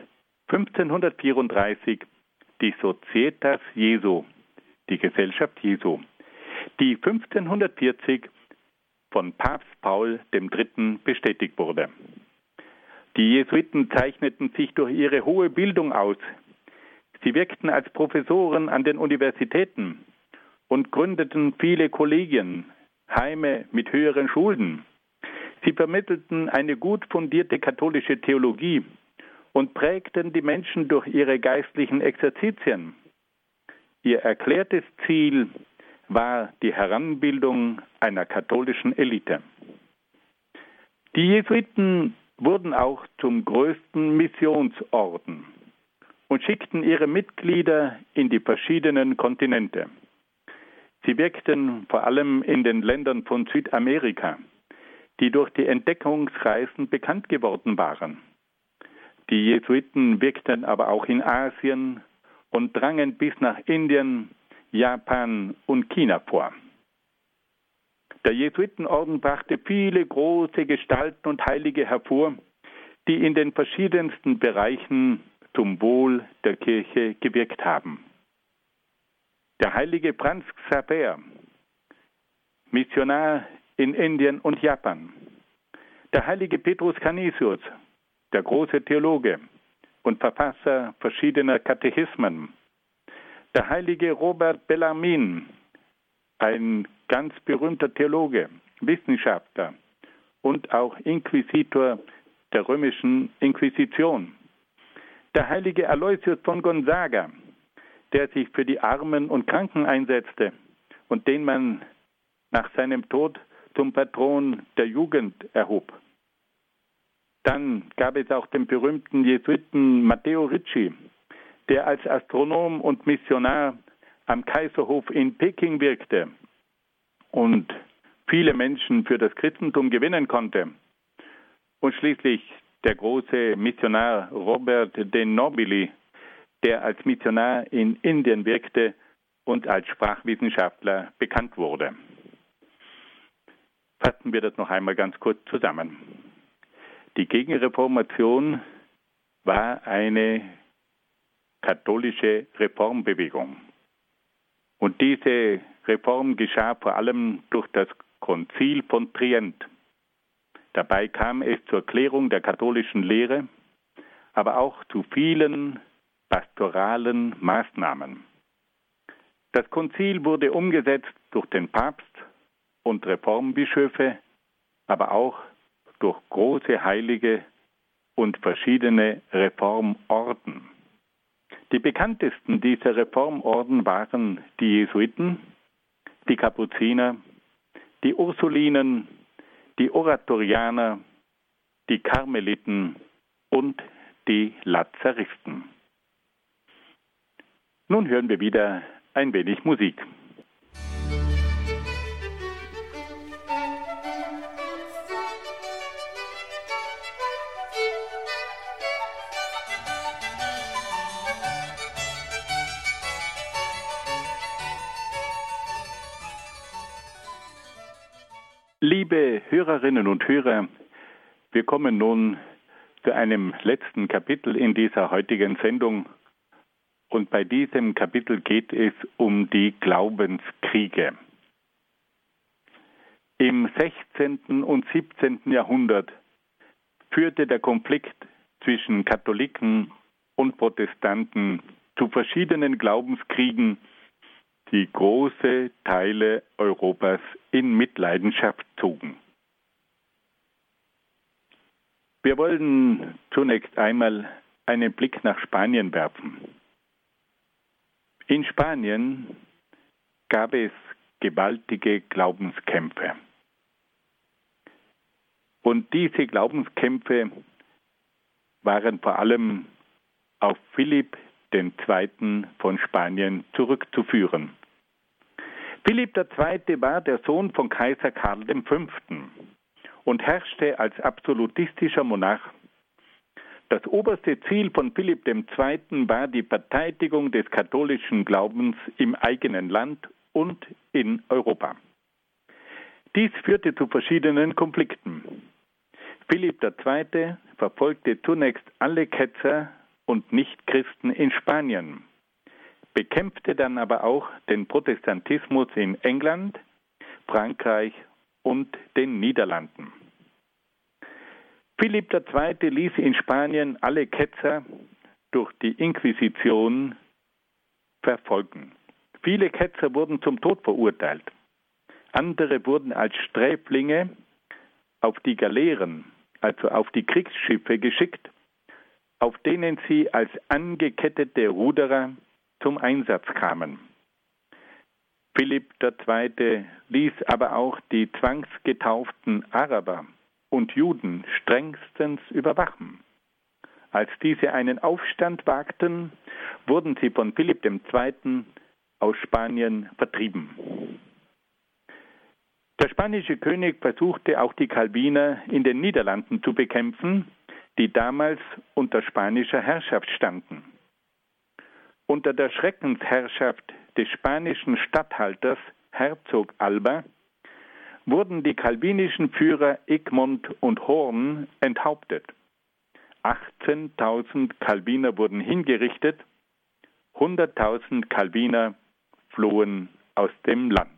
1534 die Societas Jesu, die Gesellschaft Jesu, die 1540 von Papst Paul III. Bestätigt wurde. Die Jesuiten zeichneten sich durch ihre hohe Bildung aus. Sie wirkten als Professoren an den Universitäten und gründeten viele Kollegien, Heime mit höheren Schulen. Sie vermittelten eine gut fundierte katholische Theologie und prägten die Menschen durch ihre geistlichen Exerzitien. Ihr erklärtes Ziel war die Heranbildung einer katholischen Elite. Die Jesuiten wurden auch zum größten Missionsorden und schickten ihre Mitglieder in die verschiedenen Kontinente. Sie wirkten vor allem in den Ländern von Südamerika, die durch die Entdeckungsreisen bekannt geworden waren. Die Jesuiten wirkten aber auch in Asien und drangen bis nach Indien, Japan und China vor. Der Jesuitenorden brachte viele große Gestalten und Heilige hervor, die in den verschiedensten Bereichen zum Wohl der Kirche gewirkt haben. Der heilige Franz Xaver, Missionar in Indien und Japan. Der heilige Petrus Canisius, der große Theologe und Verfasser verschiedener Katechismen. Der heilige Robert Bellarmin, ein ganz berühmter Theologe, Wissenschaftler und auch Inquisitor der römischen Inquisition. Der heilige Aloysius von Gonzaga, der sich für die Armen und Kranken einsetzte und den man nach seinem Tod zum Patron der Jugend erhob. Dann gab es auch den berühmten Jesuiten Matteo Ricci, der als Astronom und Missionar am Kaiserhof in Peking wirkte und viele Menschen für das Christentum gewinnen konnte. Und schließlich der große Missionar Robert de Nobili, der als Missionar in Indien wirkte und als Sprachwissenschaftler bekannt wurde. Fassen wir das noch einmal ganz kurz zusammen. Die Gegenreformation war eine katholische Reformbewegung. Und diese Reform geschah vor allem durch das Konzil von Trient. Dabei kam es zur Klärung der katholischen Lehre, aber auch zu vielen pastoralen Maßnahmen. Das Konzil wurde umgesetzt durch den Papst und Reformbischöfe, aber auch durch große Heilige und verschiedene Reformorden. Die bekanntesten dieser Reformorden waren die Jesuiten, die Kapuziner, die Ursulinen, die Oratorianer, die Karmeliten und die Lazaristen. Nun hören wir wieder ein wenig Musik. Liebe Hörerinnen und Hörer, wir kommen nun zu einem letzten Kapitel in dieser heutigen Sendung. Und bei diesem Kapitel geht es um die Glaubenskriege. Im 16. und 17. Jahrhundert führte der Konflikt zwischen Katholiken und Protestanten zu verschiedenen Glaubenskriegen, die große Teile Europas in Mitleidenschaft zogen. Wir wollen zunächst einmal einen Blick nach Spanien werfen. In Spanien gab es gewaltige Glaubenskämpfe. Und diese Glaubenskämpfe waren vor allem auf Philipp II. Von Spanien zurückzuführen. Philipp II. War der Sohn von Kaiser Karl V. und herrschte als absolutistischer Monarch. Das oberste Ziel von Philipp II. War die Verteidigung des katholischen Glaubens im eigenen Land und in Europa. Dies führte zu verschiedenen Konflikten. Philipp II. Verfolgte zunächst alle Ketzer und Nichtchristen in Spanien, bekämpfte dann aber auch den Protestantismus in England, Frankreich und den Niederlanden. Philipp II. Ließ in Spanien alle Ketzer durch die Inquisition verfolgen. Viele Ketzer wurden zum Tod verurteilt. Andere wurden als Sträflinge auf die Galeeren, also auf die Kriegsschiffe geschickt, auf denen sie als angekettete Ruderer zum Einsatz kamen. Philipp II. Ließ aber auch die zwangsgetauften Araber und Juden strengstens überwachen. Als diese einen Aufstand wagten, wurden sie von Philipp II. Aus Spanien vertrieben. Der spanische König versuchte auch die Calviner in den Niederlanden zu bekämpfen, die damals unter spanischer Herrschaft standen. Unter der Schreckensherrschaft des spanischen Statthalters Herzog Alba wurden die calvinischen Führer Egmont und Horn enthauptet. 18.000 Calviner wurden hingerichtet, 100.000 Calviner flohen aus dem Land.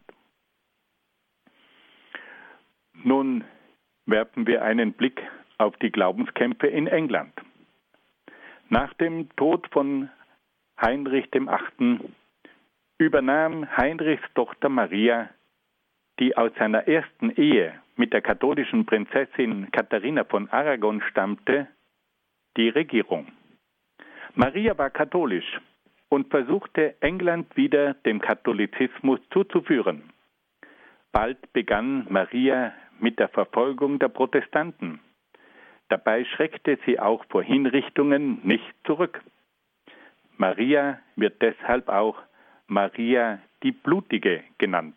Nun werfen wir einen Blick auf die Glaubenskämpfe in England. Nach dem Tod von Heinrich VIII. Übernahm Heinrichs Tochter Maria, die aus seiner ersten Ehe mit der katholischen Prinzessin Katharina von Aragon stammte, die Regierung. Maria war katholisch und versuchte, England wieder dem Katholizismus zuzuführen. Bald begann Maria mit der Verfolgung der Protestanten. Dabei schreckte sie auch vor Hinrichtungen nicht zurück. Maria wird deshalb auch Maria die Blutige genannt.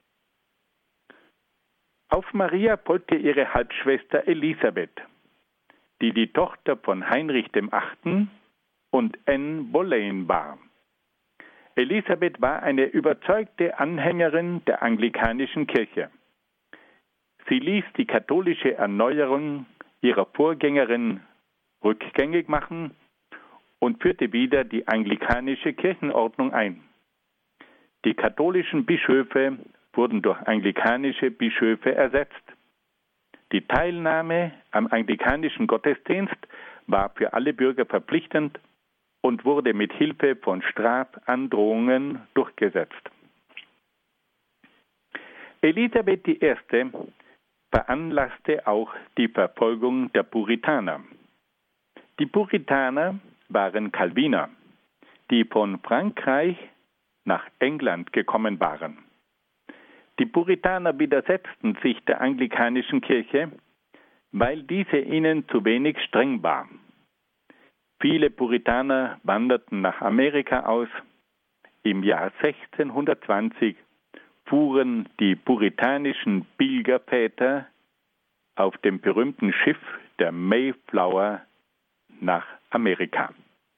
Auf Maria folgte ihre Halbschwester Elisabeth, die Tochter von Heinrich VIII. Und Anne Boleyn war. Elisabeth war eine überzeugte Anhängerin der anglikanischen Kirche. Sie ließ die katholische Erneuerung ihrer Vorgängerin rückgängig machen und führte wieder die anglikanische Kirchenordnung ein. Die katholischen Bischöfe wurden durch anglikanische Bischöfe ersetzt. Die Teilnahme am anglikanischen Gottesdienst war für alle Bürger verpflichtend und wurde mit Hilfe von Strafandrohungen durchgesetzt. Elisabeth I. veranlasste auch die Verfolgung der Puritaner. Die Puritaner waren Calviner, die von Frankreich nach England gekommen waren. Die Puritaner widersetzten sich der anglikanischen Kirche, weil diese ihnen zu wenig streng war. Viele Puritaner wanderten nach Amerika aus. Im Jahr 1620 fuhren die puritanischen Pilgerväter auf dem berühmten Schiff der Mayflower nach Amerika.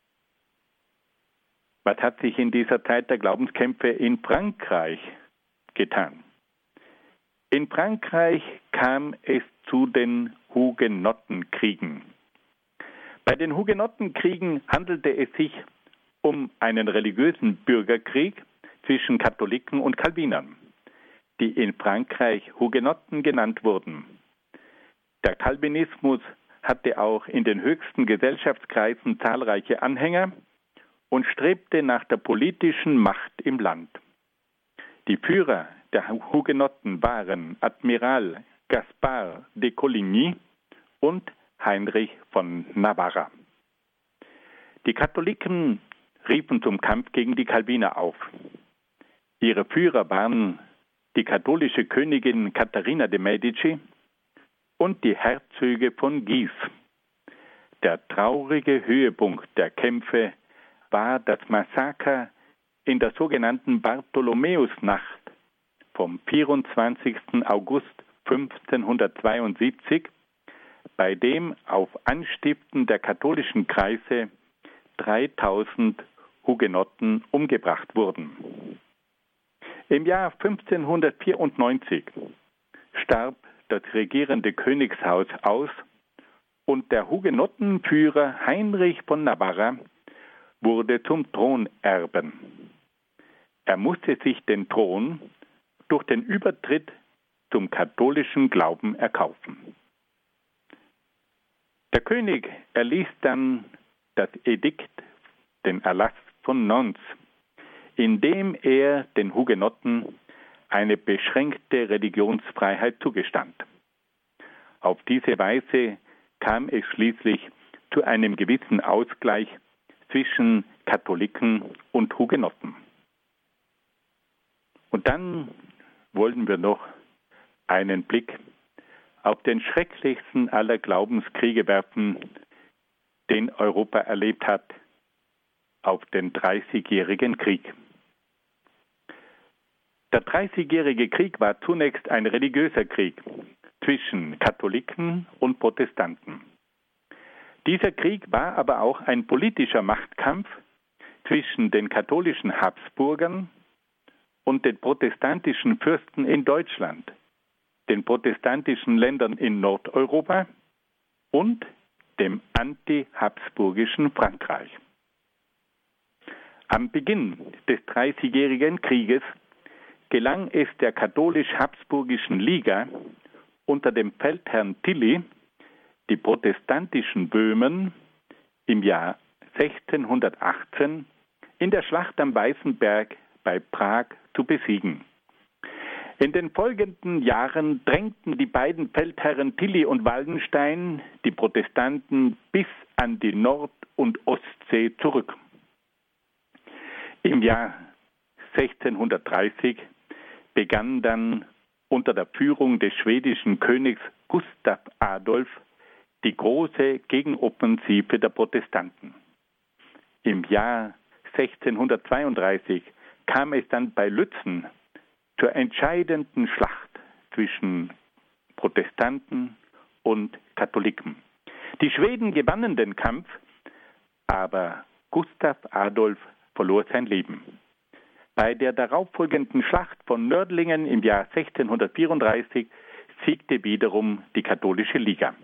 Was hat sich in dieser Zeit der Glaubenskämpfe in Frankreich getan? In Frankreich kam es zu den Hugenottenkriegen. Bei den Hugenottenkriegen handelte es sich um einen religiösen Bürgerkrieg zwischen Katholiken und Calvinern, die in Frankreich Hugenotten genannt wurden. Der Calvinismus hatte auch in den höchsten Gesellschaftskreisen zahlreiche Anhänger und strebte nach der politischen Macht im Land. Die Führer der Hugenotten waren Admiral Gaspard de Coligny und Heinrich von Navarra. Die Katholiken riefen zum Kampf gegen die Calviner auf. Ihre Führer waren die katholische Königin Katharina de' Medici und die Herzöge von Guise. Der traurige Höhepunkt der Kämpfe war das Massaker in der sogenannten Bartholomäusnacht vom 24. August 1572, bei dem auf Anstiften der katholischen Kreise 3000 Hugenotten umgebracht wurden. Im Jahr 1594 starb das regierende Königshaus aus und der Hugenottenführer Heinrich von Navarra wurde zum Thronerben. Er musste sich den Thron durch den Übertritt zum katholischen Glauben erkaufen. Der König erließ dann das Edikt, den Erlass von Nantes, in dem er den Hugenotten eine beschränkte Religionsfreiheit zugestand. Auf diese Weise kam es schließlich zu einem gewissen Ausgleich zwischen Katholiken und Hugenotten. Und dann wollen wir noch einen Blick auf den schrecklichsten aller Glaubenskriege werfen, den Europa erlebt hat, auf den 30-jährigen Krieg. Der 30-jährige Krieg war zunächst ein religiöser Krieg zwischen Katholiken und Protestanten. Dieser Krieg war aber auch ein politischer Machtkampf zwischen den katholischen Habsburgern und den protestantischen Fürsten in Deutschland, den protestantischen Ländern in Nordeuropa und dem anti-habsburgischen Frankreich. Am Beginn des Dreißigjährigen Krieges gelang es der katholisch-habsburgischen Liga unter dem Feldherrn Tilly, die protestantischen Böhmen im Jahr 1618 in der Schlacht am Weißen Berg bei Prag zu besiegen. In den folgenden Jahren drängten die beiden Feldherren Tilly und Wallenstein die Protestanten bis an die Nord- und Ostsee zurück. Im Jahr 1630 begann dann unter der Führung des schwedischen Königs Gustav Adolf die große Gegenoffensive der Protestanten. Im Jahr 1632 kam es dann bei Lützen zur entscheidenden Schlacht zwischen Protestanten und Katholiken. Die Schweden gewannen den Kampf, aber Gustav Adolf verlor sein Leben. Bei der darauffolgenden Schlacht von Nördlingen im Jahr 1634 siegte wiederum die katholische Liga.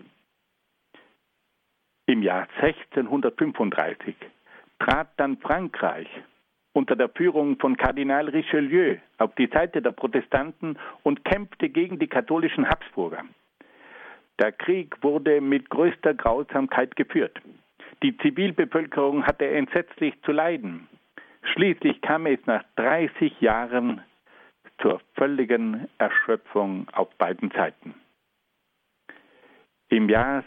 Im Jahr 1635 trat dann Frankreich unter der Führung von Kardinal Richelieu auf die Seite der Protestanten und kämpfte gegen die katholischen Habsburger. Der Krieg wurde mit größter Grausamkeit geführt. Die Zivilbevölkerung hatte entsetzlich zu leiden. Schließlich kam es nach 30 Jahren zur völligen Erschöpfung auf beiden Seiten. Im Jahr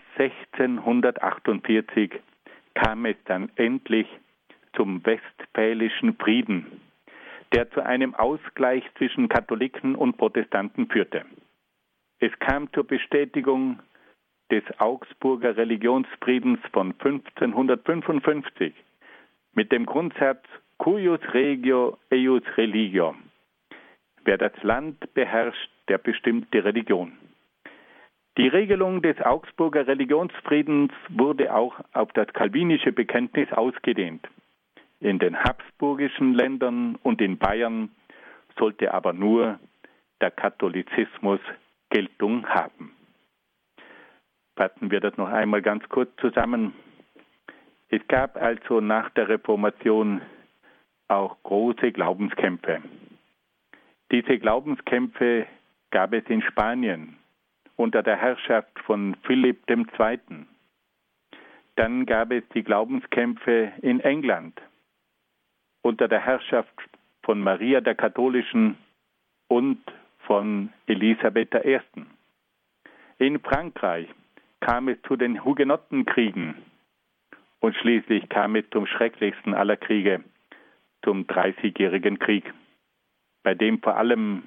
1648 kam es dann endlich zum Westfälischen Frieden, der zu einem Ausgleich zwischen Katholiken und Protestanten führte. Es kam zur Bestätigung des Augsburger Religionsfriedens von 1555 mit dem Grundsatz Cuius regio, eius religio. Wer das Land beherrscht, der bestimmt die Religion. Die Regelung des Augsburger Religionsfriedens wurde auch auf das calvinische Bekenntnis ausgedehnt. In den habsburgischen Ländern und in Bayern sollte aber nur der Katholizismus Geltung haben. Fassen wir das noch einmal ganz kurz zusammen. Es gab also nach der Reformation auch große Glaubenskämpfe. Diese Glaubenskämpfe gab es in Spanien unter der Herrschaft von Philipp II. Dann gab es die Glaubenskämpfe in England unter der Herrschaft von Maria der Katholischen und von Elisabeth I. In Frankreich kam es zu den Hugenottenkriegen und schließlich kam es zum schrecklichsten aller Kriege, zum Dreißigjährigen Krieg, bei dem vor allem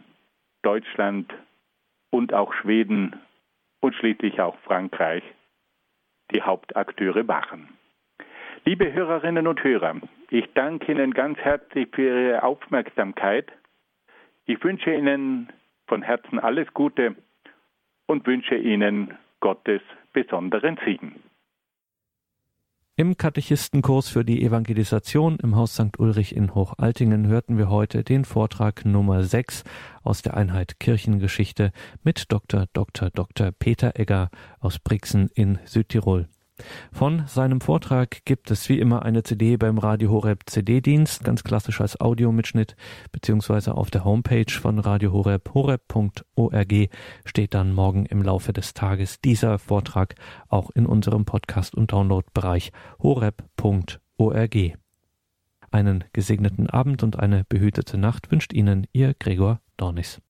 Deutschland und auch Schweden und schließlich auch Frankreich die Hauptakteure waren. Liebe Hörerinnen und Hörer, ich danke Ihnen ganz herzlich für Ihre Aufmerksamkeit. Ich wünsche Ihnen von Herzen alles Gute und wünsche Ihnen Gottes besonderen Segen. Im Katechistenkurs für die Evangelisation im Haus St. Ulrich in Hochaltingen hörten wir heute den Vortrag Nummer 6 aus der Einheit Kirchengeschichte mit Dr. Peter Egger aus Brixen in Südtirol. Von seinem Vortrag gibt es wie immer eine CD beim Radio Horeb CD-Dienst, ganz klassisch als Audiomitschnitt, beziehungsweise auf der Homepage von Radio Horeb, horeb.org, steht dann morgen im Laufe des Tages dieser Vortrag auch in unserem Podcast- und Downloadbereich horeb.org. Einen gesegneten Abend und eine behütete Nacht wünscht Ihnen Ihr Gregor Dornis.